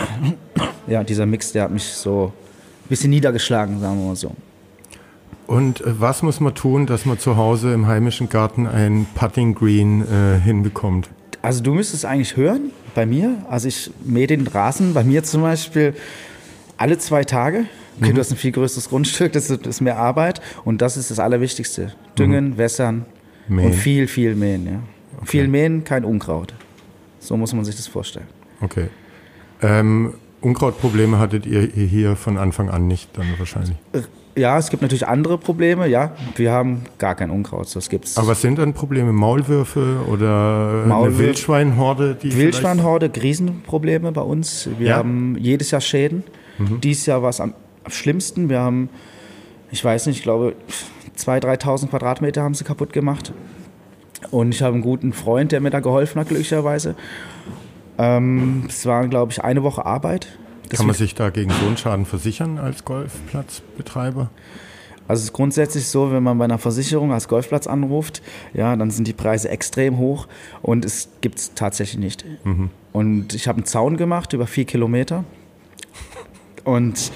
Ja, dieser Mix, der hat mich so ein bisschen niedergeschlagen, sagen wir mal so. Und äh, was muss man tun, dass man zu Hause im heimischen Garten ein Putting Green äh, hinbekommt? Also du müsstest eigentlich hören, bei mir, also ich mähe den Rasen, bei mir zum Beispiel alle zwei Tage. Okay, mhm. du hast ein viel größeres Grundstück, das ist, das ist mehr Arbeit und das ist das Allerwichtigste. Düngen, mhm. wässern mähen. Und viel, viel mähen. Ja. Okay. Viel mähen, kein Unkraut. So muss man sich das vorstellen. Okay. Ähm, Unkrautprobleme hattet ihr hier von Anfang an nicht dann wahrscheinlich? Ja, es gibt natürlich andere Probleme, ja. Wir haben gar kein Unkraut, das gibt's. Aber was sind dann Probleme? Maulwürfe oder Maulwürfe, eine Wildschweinhorde? Die Wildschweinhorde, Riesenprobleme bei uns. Wir ja? haben jedes Jahr Schäden. Mhm. Dieses Jahr war es am schlimmsten. Wir haben, ich weiß nicht, ich glaube, zweitausend, dreitausend Quadratmeter haben sie kaputt gemacht. Und ich habe einen guten Freund, der mir da geholfen hat, glücklicherweise. Ähm, es war, glaube ich, eine Woche Arbeit. Kann man sich da gegen so einen Schaden versichern als Golfplatzbetreiber? Also es ist grundsätzlich so, wenn man bei einer Versicherung als Golfplatz anruft, ja, dann sind die Preise extrem hoch und es gibt es tatsächlich nicht. Mhm. Und ich habe einen Zaun gemacht über vier Kilometer und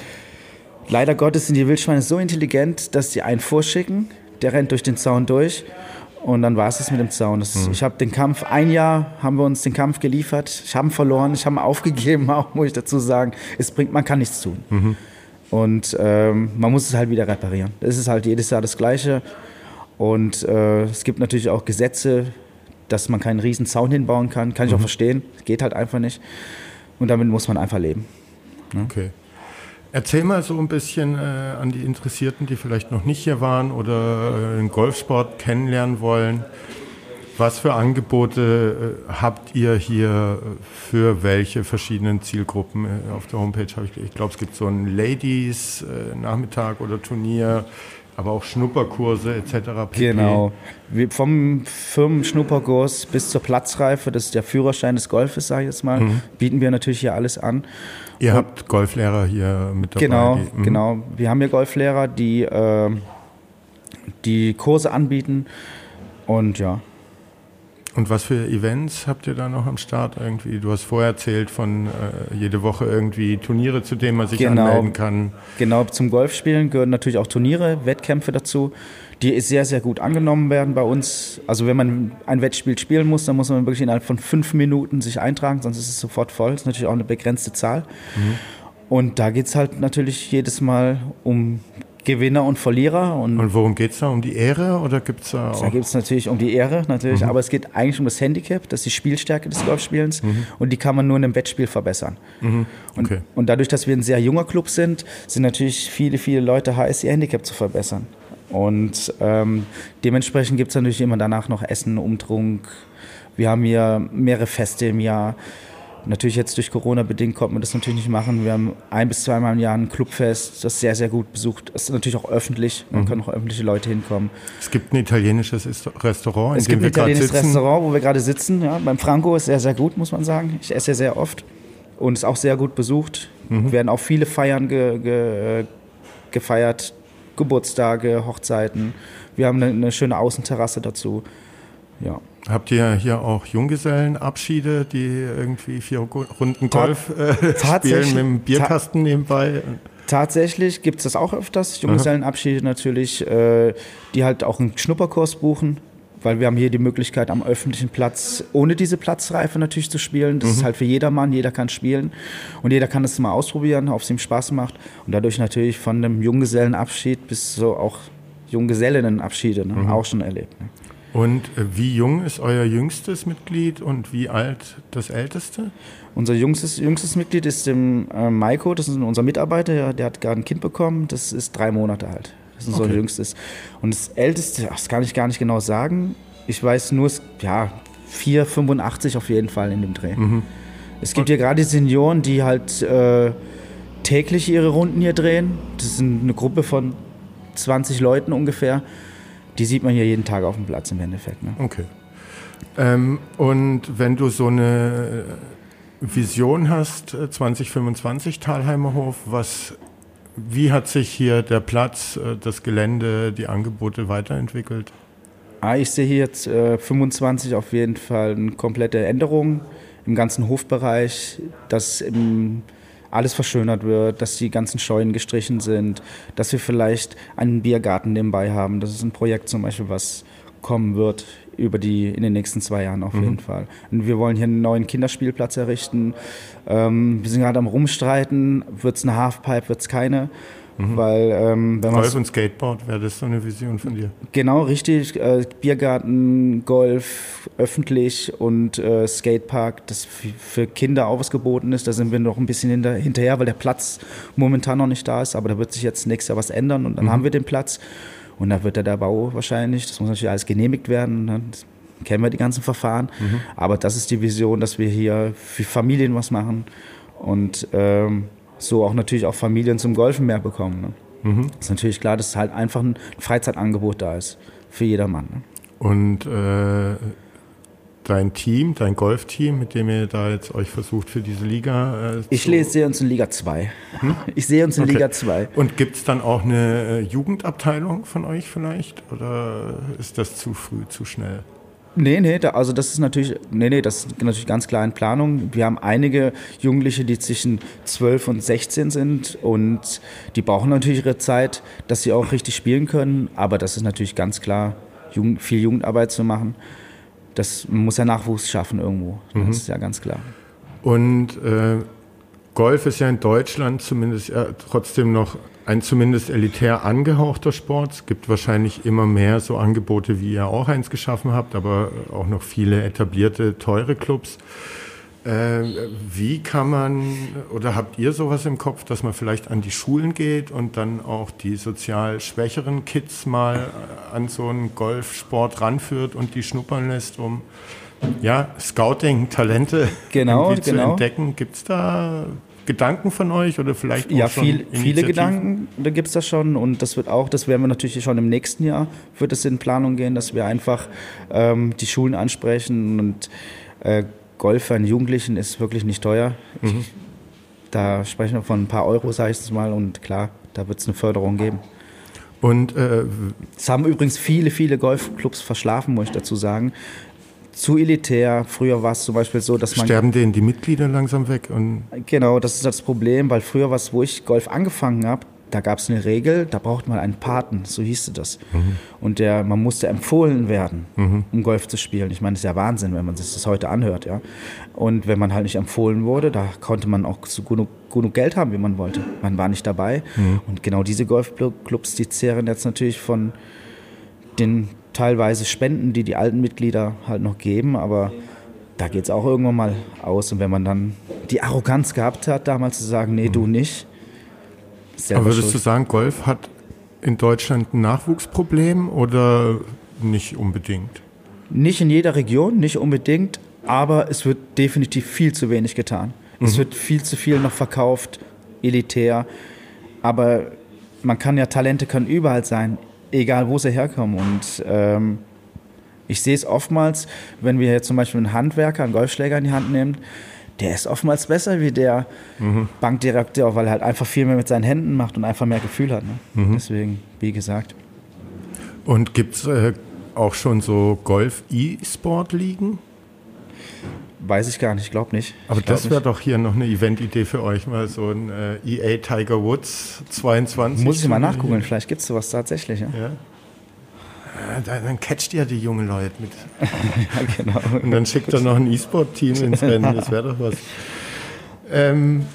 leider Gottes sind die Wildschweine so intelligent, dass sie einen vorschicken, der rennt durch den Zaun durch Und dann war es das mit dem Zaun. Das, mhm. Ich habe den Kampf, ein Jahr haben wir uns den Kampf geliefert. Ich habe ihn verloren, ich habe ihn aufgegeben, auch muss ich dazu sagen. Es bringt, man kann nichts tun. Mhm. Und ähm, man muss es halt wieder reparieren. Es ist halt jedes Jahr das Gleiche. Und äh, es gibt natürlich auch Gesetze, dass man keinen riesen Zaun hinbauen kann. Kann ich mhm. auch verstehen. Geht halt einfach nicht. Und damit muss man einfach leben. Ja? Okay. Erzähl mal so ein bisschen äh, an die Interessierten, die vielleicht noch nicht hier waren oder äh, den Golfsport kennenlernen wollen. Was für Angebote äh, habt ihr hier für welche verschiedenen Zielgruppen? Äh, auf der Homepage habe ich, ich glaube, es gibt so einen Ladies-Nachmittag äh, oder Turnier, aber auch Schnupperkurse et cetera. Genau. Wir vom Firmenschnupperkurs bis zur Platzreife, das ist der Führerschein des Golfes, sage ich jetzt mal, mhm. bieten wir natürlich hier alles an. Ihr und habt Golflehrer hier mit dabei? Genau, die, genau. Wir haben hier Golflehrer, die äh, die Kurse anbieten und ja. Und was für Events habt ihr da noch am Start irgendwie? Du hast vorher erzählt von äh, jede Woche irgendwie Turniere, zu denen man sich genau. anmelden kann. Genau, zum Golfspielen gehören natürlich auch Turniere, Wettkämpfe dazu, die sehr, sehr gut angenommen werden bei uns. Also wenn man ein Wettspiel spielen muss, dann muss man wirklich innerhalb von fünf Minuten sich eintragen, sonst ist es sofort voll. Das ist natürlich auch eine begrenzte Zahl. Mhm. Und da geht es halt natürlich jedes Mal um Gewinner und Verlierer. Und, und worum geht es da? Um die Ehre oder gibt es da auch? Da geht es natürlich um die Ehre, natürlich, mhm. aber es geht eigentlich um das Handicap, das ist die Spielstärke des Golfspielens mhm. und die kann man nur in einem Wettspiel verbessern. Mhm. Okay. Und, und dadurch, dass wir ein sehr junger Club sind, sind natürlich viele, viele Leute heiß, ihr Handicap zu verbessern. Und ähm, dementsprechend gibt es natürlich immer danach noch Essen, Umtrunk. Wir haben hier mehrere Feste im Jahr. Natürlich jetzt durch Corona bedingt konnte man das natürlich nicht machen. Wir haben ein- bis zweimal im Jahr ein Clubfest, das sehr, sehr gut besucht. Das ist natürlich auch öffentlich, da mhm. können auch öffentliche Leute hinkommen. Es gibt ein italienisches Restaurant, in es dem wir gerade sitzen. Es gibt ein italienisches Restaurant, wo wir gerade sitzen. Ja, beim Franco ist sehr, sehr gut, muss man sagen. Ich esse sehr oft und ist auch sehr gut besucht. Mhm. Werden auch viele Feiern ge, ge, gefeiert, Geburtstage, Hochzeiten. Wir haben eine, eine schöne Außenterrasse dazu. Ja. Habt ihr hier auch Junggesellenabschiede, die irgendwie vier Runden Golf äh, spielen mit dem Bierkasten ta- nebenbei? Tatsächlich gibt es das auch öfters, Junggesellenabschiede natürlich, äh, die halt auch einen Schnupperkurs buchen, weil wir haben hier die Möglichkeit am öffentlichen Platz ohne diese Platzreife natürlich zu spielen. Das mhm. ist halt für jedermann, jeder kann spielen und jeder kann das mal ausprobieren, ob es ihm Spaß macht und dadurch natürlich von einem Junggesellenabschied bis so auch Junggesellinnenabschiede ne, mhm. auch schon erlebt. Ne. Und wie jung ist euer jüngstes Mitglied und wie alt das älteste? Unser jüngstes, jüngstes Mitglied ist dem äh, Maiko, das ist unser Mitarbeiter, der hat gerade ein Kind bekommen, das ist drei Monate alt. Das ist unser okay. jüngstes. Und das älteste, das kann ich gar nicht genau sagen. Ich weiß nur, ja, vier Komma fünfundachtzig auf jeden Fall in dem Dreh. Mhm. Es gibt hier gerade die Senioren, die halt äh, täglich ihre Runden hier drehen. Das ist eine Gruppe von zwanzig Leuten ungefähr. Die sieht man hier jeden Tag auf dem Platz im Endeffekt. Ne? Okay. Ähm, und wenn du so eine Vision hast, zwanzig fünfundzwanzig Thalheimer Hof, was, wie hat sich hier der Platz, das Gelände, die Angebote weiterentwickelt? Ah, ich sehe hier jetzt äh, fünfundzwanzig auf jeden Fall eine komplette Änderung im ganzen Hofbereich, dass im alles verschönert wird, dass die ganzen Scheunen gestrichen sind, dass wir vielleicht einen Biergarten nebenbei haben. Das ist ein Projekt zum Beispiel, was kommen wird über die in den nächsten zwei Jahren auf mhm. jeden Fall. Und wir wollen hier einen neuen Kinderspielplatz errichten. Ähm, wir sind gerade am Rumstreiten, wird es eine Halfpipe, wird es keine. Mhm. Weil, ähm, wenn Golf und Skateboard, wäre das so eine Vision von dir? Genau, richtig. Äh, Biergarten, Golf, öffentlich und äh, Skatepark, das f- für Kinder auch was geboten ist. Da sind wir noch ein bisschen hinter, hinterher, weil der Platz momentan noch nicht da ist. Aber da wird sich jetzt nächstes Jahr was ändern und dann mhm. haben wir den Platz. Und da wird ja der Bau wahrscheinlich, das muss natürlich alles genehmigt werden. Dann kennen wir die ganzen Verfahren. Mhm. Aber das ist die Vision, dass wir hier für Familien was machen und ähm, so auch natürlich auch Familien zum Golfen mehr bekommen. Ne? Mhm. Ist natürlich klar, dass halt einfach ein Freizeitangebot da ist für jedermann. Ne? Und äh, dein Team, dein Golfteam, mit dem ihr da jetzt euch versucht für diese Liga äh, Ich zu... sehe uns in Liga zwei. Hm? Ich sehe uns in okay. Liga zwei. Und gibt es dann auch eine äh, Jugendabteilung von euch vielleicht? Oder ist das zu früh, zu schnell? Nee, nee, da, also das ist natürlich, nee, nee, das ist natürlich ganz klar in Planung. Wir haben einige Jugendliche, die zwischen zwölf und sechzehn sind und die brauchen natürlich ihre Zeit, dass sie auch richtig spielen können, aber das ist natürlich ganz klar Jugend, viel Jugendarbeit zu machen. Das man muss ja Nachwuchs schaffen irgendwo, das Mhm. ist ja ganz klar. Und äh, Golf ist ja in Deutschland zumindest ja, trotzdem noch ein zumindest elitär angehauchter Sport. Es gibt wahrscheinlich immer mehr so Angebote, wie ihr auch eins geschaffen habt, aber auch noch viele etablierte, teure Clubs. Äh, wie kann man, oder habt ihr sowas im Kopf, dass man vielleicht an die Schulen geht und dann auch die sozial schwächeren Kids mal an so einen Golfsport ranführt und die schnuppern lässt, um ja, Scouting, Talente Genau, irgendwie zu genau. entdecken? Gibt es da Gedanken von euch oder vielleicht auch Ja, schon viel, viele Initiativen? Gedanken, da gibt es das schon und das wird auch, das werden wir natürlich schon im nächsten Jahr, wird es in Planung gehen, dass wir einfach ähm, die Schulen ansprechen und äh, Golf für einen Jugendlichen ist wirklich nicht teuer. Mhm. Ich, da sprechen wir von ein paar Euro, sage ich es mal, und klar, da wird es eine Förderung geben. Und äh, Es haben übrigens viele, viele Golfclubs verschlafen, muss ich dazu sagen. Zu elitär. Früher war es zum Beispiel so, dass man... sterben denen die Mitglieder langsam weg? Und Genau, das ist das Problem, weil früher, was, wo ich Golf angefangen habe, da gab es eine Regel, da braucht man einen Paten, so hieß das. Mhm. Und der, man musste empfohlen werden, mhm. um Golf zu spielen. Ich meine, das ist ja Wahnsinn, wenn man sich das heute anhört. Ja. Und wenn man halt nicht empfohlen wurde, da konnte man auch so genug, genug Geld haben, wie man wollte. Man war nicht dabei. Mhm. Und genau diese Golfclubs, die zehren jetzt natürlich von den teilweise Spenden, die die alten Mitglieder halt noch geben, aber da geht es auch irgendwann mal aus. Und wenn man dann die Arroganz gehabt hat, damals zu sagen, nee, du nicht. Aber würdest schuld. du sagen, Golf hat in Deutschland ein Nachwuchsproblem oder nicht unbedingt? Nicht in jeder Region, nicht unbedingt, aber es wird definitiv viel zu wenig getan. Mhm. Es wird viel zu viel noch verkauft, elitär, aber man kann ja, Talente können überall sein, egal wo sie herkommen. Und ähm, ich sehe es oftmals, wenn wir jetzt zum Beispiel einen Handwerker, einen Golfschläger in die Hand nehmen, der ist oftmals besser wie der mhm. Bankdirektor, weil er halt einfach viel mehr mit seinen Händen macht und einfach mehr Gefühl hat. Ne? Mhm. Deswegen, wie gesagt. Und gibt es äh, auch schon so Golf-E-Sport-Ligen? Weiß ich gar nicht, ich glaube nicht. Aber glaub das wäre doch hier noch eine Event-Idee für euch, mal so ein äh, E A Tiger Woods zweiundzwanzig. Muss ich mal nachgucken, vielleicht gibt es sowas tatsächlich. Ja? Ja. Dann, dann catcht ihr die jungen Leute mit. Ja, genau. Und dann schickt er noch ein E-Sport-Team ins Rennen, das wäre doch was. Ähm,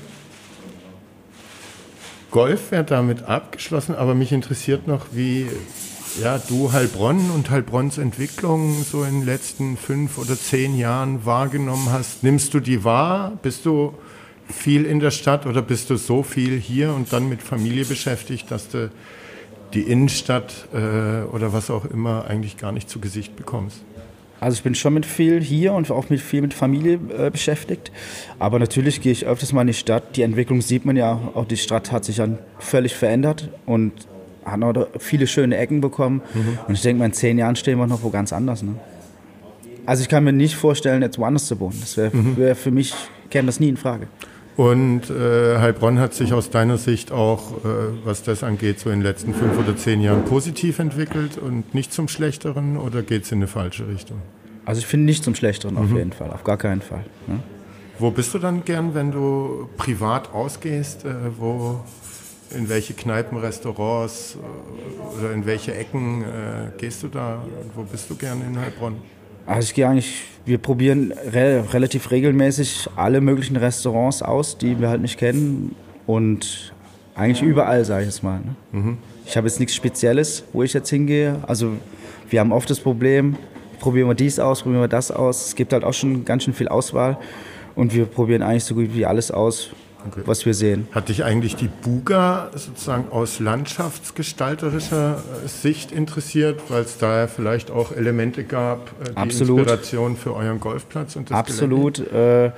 Golf wäre damit abgeschlossen, aber mich interessiert noch, wie ja, du Heilbronn und Heilbronns Entwicklung so in den letzten fünf oder zehn Jahren wahrgenommen hast. Nimmst du die wahr? Bist du viel in der Stadt oder bist du so viel hier und dann mit Familie beschäftigt, dass du die Innenstadt äh, oder was auch immer eigentlich gar nicht zu Gesicht bekommst? Also ich bin schon mit viel hier und auch mit viel mit Familie äh, beschäftigt. Aber natürlich gehe ich öfters mal in die Stadt. Die Entwicklung sieht man ja, auch die Stadt hat sich dann völlig verändert und hat auch viele schöne Ecken bekommen. Mhm. Und ich denke mal, in zehn Jahren stehen wir noch wo ganz anders. Ne? Also ich kann mir nicht vorstellen, jetzt woanders zu wohnen. Das wäre mhm. wär für mich, käme das nie in Frage. Und äh, Heilbronn hat sich aus deiner Sicht auch, äh, was das angeht, so in den letzten fünf oder zehn Jahren positiv entwickelt und nicht zum Schlechteren oder geht es in eine falsche Richtung? Also ich finde nicht zum Schlechteren mhm. auf jeden Fall, auf gar keinen Fall. Ne? Wo bist du dann gern, wenn du privat ausgehst? Äh, wo, in welche Kneipen, Restaurants äh, oder in welche Ecken äh, gehst du da? Und wo bist du gern in Heilbronn? Also ich gehe eigentlich, wir probieren re- relativ regelmäßig alle möglichen Restaurants aus, die wir halt nicht kennen und eigentlich überall, sage ich jetzt mal. Ne? Mhm. Ich habe jetzt nichts Spezielles, wo ich jetzt hingehe. Also wir haben oft das Problem, probieren wir dies aus, probieren wir das aus. Es gibt halt auch schon ganz schön viel Auswahl und wir probieren eigentlich so gut wie alles aus, okay. was wir sehen. Hat dich eigentlich die Buga sozusagen aus landschaftsgestalterischer Sicht interessiert, weil es da vielleicht auch Elemente gab, die Absolut. Inspiration für euren Golfplatz und das Absolut. Äh,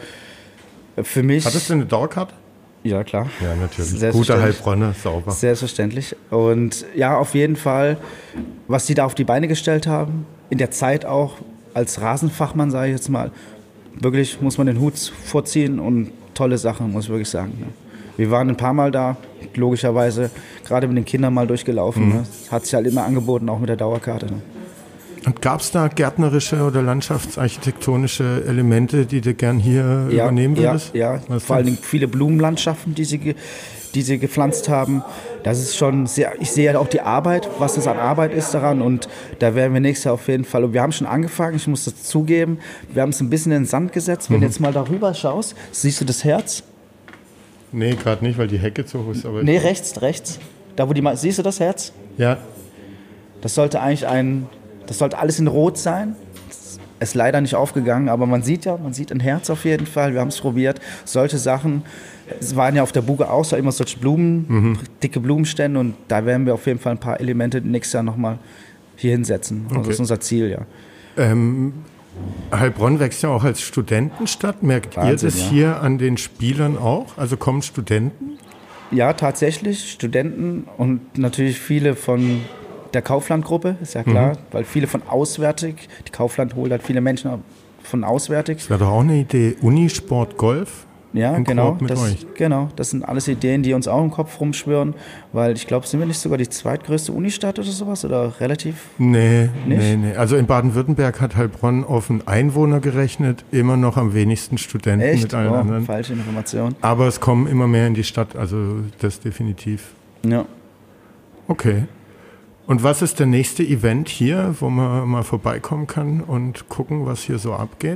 für mich. Hattest du eine Dauerkarte? Ja, klar. Ja, natürlich. Guter Heilbronner, sauber. Selbstverständlich. Und ja, auf jeden Fall, was die da auf die Beine gestellt haben, in der Zeit auch als Rasenfachmann, sage ich jetzt mal, wirklich muss man den Hut vorziehen und tolle Sachen, muss ich wirklich sagen. Ne? Wir waren ein paar Mal da, logischerweise, gerade mit den Kindern mal durchgelaufen. Mhm. Ne? Hat sich halt immer angeboten, auch mit der Dauerkarte. Ne? Und gab es da gärtnerische oder landschaftsarchitektonische Elemente, die du gern hier ja, übernehmen würdest? Ja, ja. Vor allen Dingen viele Blumenlandschaften, die sie, ge, die sie gepflanzt haben. Das ist schon sehr, ich sehe auch die Arbeit, was das an Arbeit ist daran und da werden wir nächstes Jahr auf jeden Fall, und wir haben schon angefangen, ich muss das zugeben, wir haben es ein bisschen in den Sand gesetzt. Wenn mhm. du jetzt mal darüber schaust, siehst du das Herz? Nee, gerade nicht, weil die Hecke zu hoch ist. Aber nee, rechts, rechts. Da, wo die, siehst du das Herz? Ja. Das sollte eigentlich ein, das sollte alles in Rot sein. Ist leider nicht aufgegangen, aber man sieht ja, man sieht ein Herz auf jeden Fall. Wir haben es probiert. Solche Sachen, es waren ja auf der Buge auch so immer solche Blumen, mhm. dicke Blumenstände und da werden wir auf jeden Fall ein paar Elemente nächstes Jahr nochmal hier hinsetzen. Also okay. Das ist unser Ziel, ja. Ähm, Heilbronn wächst ja auch als Studentenstadt. Merkt Wahnsinn, ihr das ja. hier an den Spielern auch? Also kommen Studenten? Ja, tatsächlich Studenten und natürlich viele von der Kaufland-Gruppe, ist ja klar, mhm. weil viele von auswärtig, die Kaufland holt halt viele Menschen von auswärtig. Das wäre doch auch eine Idee, Unisport Golf? Ja, genau das, genau. Das sind alles Ideen, die uns auch im Kopf rumschwirren, weil ich glaube, sind wir nicht sogar die zweitgrößte Unistadt oder sowas oder relativ? Nee, nicht? nee, nee. Also in Baden-Württemberg hat Heilbronn auf einen Einwohner gerechnet, immer noch am wenigsten Studenten Echt? mit allen oh, anderen. Falsche Information. Aber es kommen immer mehr in die Stadt, also das definitiv. Ja. Okay. Und was ist der nächste Event hier, wo man mal vorbeikommen kann und gucken, was hier so abgeht?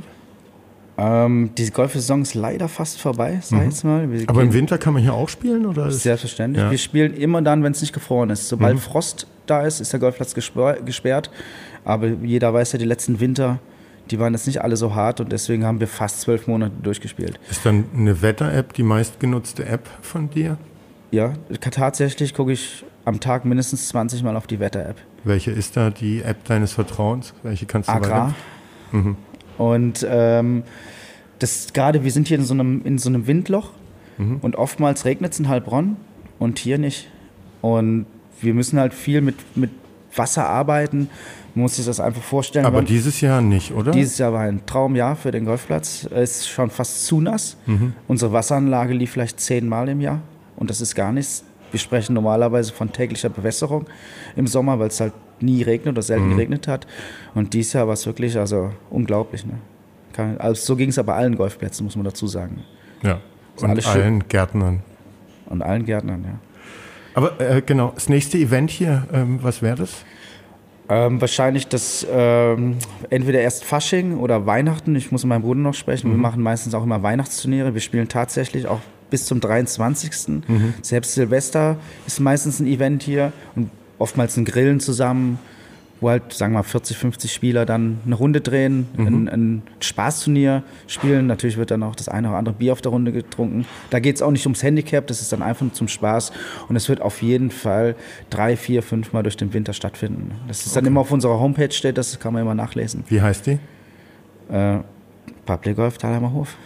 Ähm, die Golfsaison ist leider fast vorbei, sag ich mhm. mal. Wir Aber im Winter kann man hier auch spielen? Oder? Selbstverständlich. Ja. Wir spielen immer dann, wenn es nicht gefroren ist. Sobald mhm. Frost da ist, ist der Golfplatz gesperrt. Aber jeder weiß ja, die letzten Winter, die waren jetzt nicht alle so hart und deswegen haben wir fast zwölf Monate durchgespielt. Ist dann eine Wetter-App die meistgenutzte App von dir? Ja, tatsächlich gucke ich am Tag mindestens zwanzig Mal auf die Wetter-App. Welche ist da die App deines Vertrauens? Welche kannst du Agrar. Mhm. Und ähm, das gerade, wir sind hier in so einem, in so einem Windloch mhm. und oftmals regnet es in Heilbronn und hier nicht. Und wir müssen halt viel mit, mit Wasser arbeiten. Man muss sich das einfach vorstellen. Aber dieses Jahr nicht, oder? Dieses Jahr war ein Traumjahr für den Golfplatz. Es ist schon fast zu nass. Mhm. Unsere Wasseranlage lief vielleicht zehnmal im Jahr und das ist gar nichts. Wir sprechen normalerweise von täglicher Bewässerung im Sommer, weil es halt nie regnet oder selten mhm. geregnet hat. Und dieses Jahr war es wirklich also unglaublich. Ne? Kann, also so ging es aber allen Golfplätzen, muss man dazu sagen. Ja, und allen schön. Gärtnern. Und allen Gärtnern, ja. Aber äh, genau, das nächste Event hier, ähm, was wäre das? Ähm, wahrscheinlich das ähm, entweder erst Fasching oder Weihnachten. Ich muss mit meinem Bruder noch sprechen. Mhm. Wir machen meistens auch immer Weihnachtsturniere. Wir spielen tatsächlich auch bis zum dreiundzwanzigsten Mhm. Selbst Silvester ist meistens ein Event hier und oftmals ein Grillen zusammen, wo halt, sagen wir mal, vierzig, fünfzig Spieler dann eine Runde drehen, mhm. ein, ein Spaßturnier spielen. Natürlich wird dann auch das eine oder andere Bier auf der Runde getrunken. Da geht es auch nicht ums Handicap, das ist dann einfach nur zum Spaß. Und es wird auf jeden Fall drei, vier, fünf Mal durch den Winter stattfinden. Das ist okay. Dann immer auf unserer Homepage steht, das kann man immer nachlesen. Wie heißt die? Äh, Public Golf Thalheimer Hof.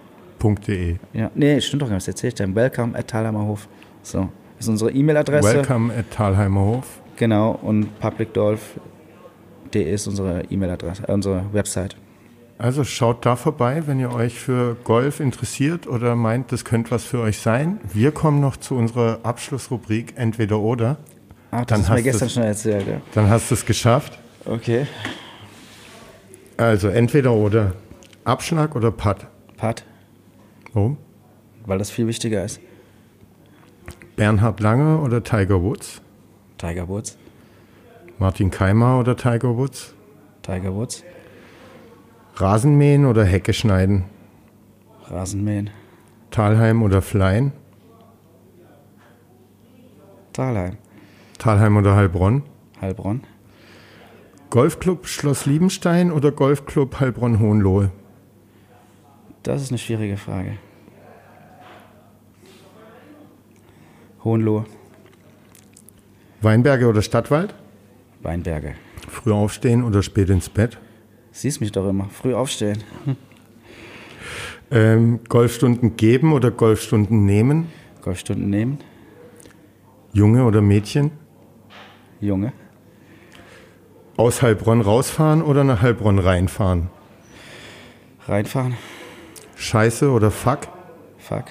.de. Ja, nee, stimmt doch gar nicht, das erzähle ich dir. Welcome at Thalheimer Hof. So, das ist unsere E-Mail-Adresse. Welcome at Thalheimer Hof. Genau, und publicgolf punkt de ist unsere E-Mail-Adresse, äh, unsere Website. Also schaut da vorbei, wenn ihr euch für Golf interessiert oder meint, das könnte was für euch sein. Wir kommen noch zu unserer Abschlussrubrik Entweder oder. Ach, das hast du mir gestern schon erzählt, ja. Dann hast du es geschafft. Okay. Also entweder oder. Abschlag oder Putt? Putt. Warum? Weil das viel wichtiger ist. Bernhard Langer oder Tiger Woods? Tiger Woods. Martin Keimer oder Tiger Woods? Tiger Woods. Rasenmähen oder Hecke schneiden? Rasenmähen. Thalheim oder Flein? Thalheim. Thalheim oder Heilbronn? Heilbronn. Golfclub Schloss Liebenstein oder Golfclub Heilbronn-Hohenlohe? Das ist eine schwierige Frage. Hohenlohe. Weinberge oder Stadtwald? Weinberge. Früh aufstehen oder spät ins Bett? Siehst mich doch immer. Früh aufstehen. Hm. Ähm, Golfstunden geben oder Golfstunden nehmen? Golfstunden nehmen. Junge oder Mädchen? Junge. Aus Heilbronn rausfahren oder nach Heilbronn reinfahren? Reinfahren. Scheiße oder Fuck? Fuck.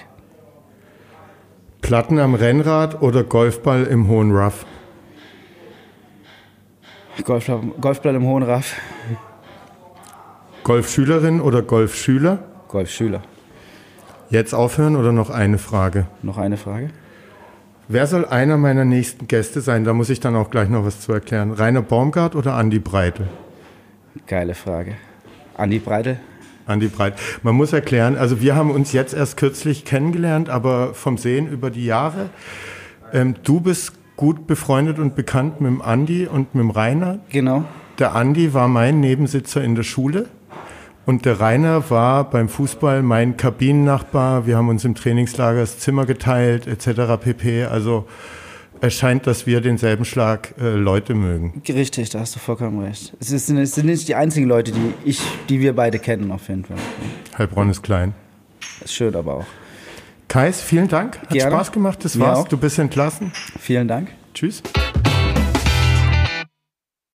Platten am Rennrad oder Golfball im hohen Rough? Golf, Golfball im Hohen Raff. Golfschülerin oder Golfschüler? Golfschüler. Jetzt aufhören oder noch eine Frage? Noch eine Frage? Wer soll einer meiner nächsten Gäste sein? Da muss ich dann auch gleich noch was zu erklären. Rainer Baumgart oder Andi Breitel? Geile Frage. Andi Breitel? Andi Breitel. Man muss erklären, also wir haben uns jetzt erst kürzlich kennengelernt, aber vom Sehen über die Jahre. Ähm, du bist gut befreundet und bekannt mit dem Andi und mit dem Rainer. Genau. Der Andi war mein Nebensitzer in der Schule und der Rainer war beim Fußball mein Kabinennachbar. Wir haben uns im Trainingslager das Zimmer geteilt et cetera pp. Also es scheint, dass wir denselben Schlag äh, Leute mögen. Richtig, da hast du vollkommen recht. Es, ist, es sind nicht die einzigen Leute, die, ich, die wir beide kennen auf jeden Fall. Heilbronn ist klein. Ist schön aber auch. Kais, vielen Dank. Hat Gerne. Spaß gemacht, das Mir war's. auch. Du bist entlassen. Vielen Dank. Tschüss.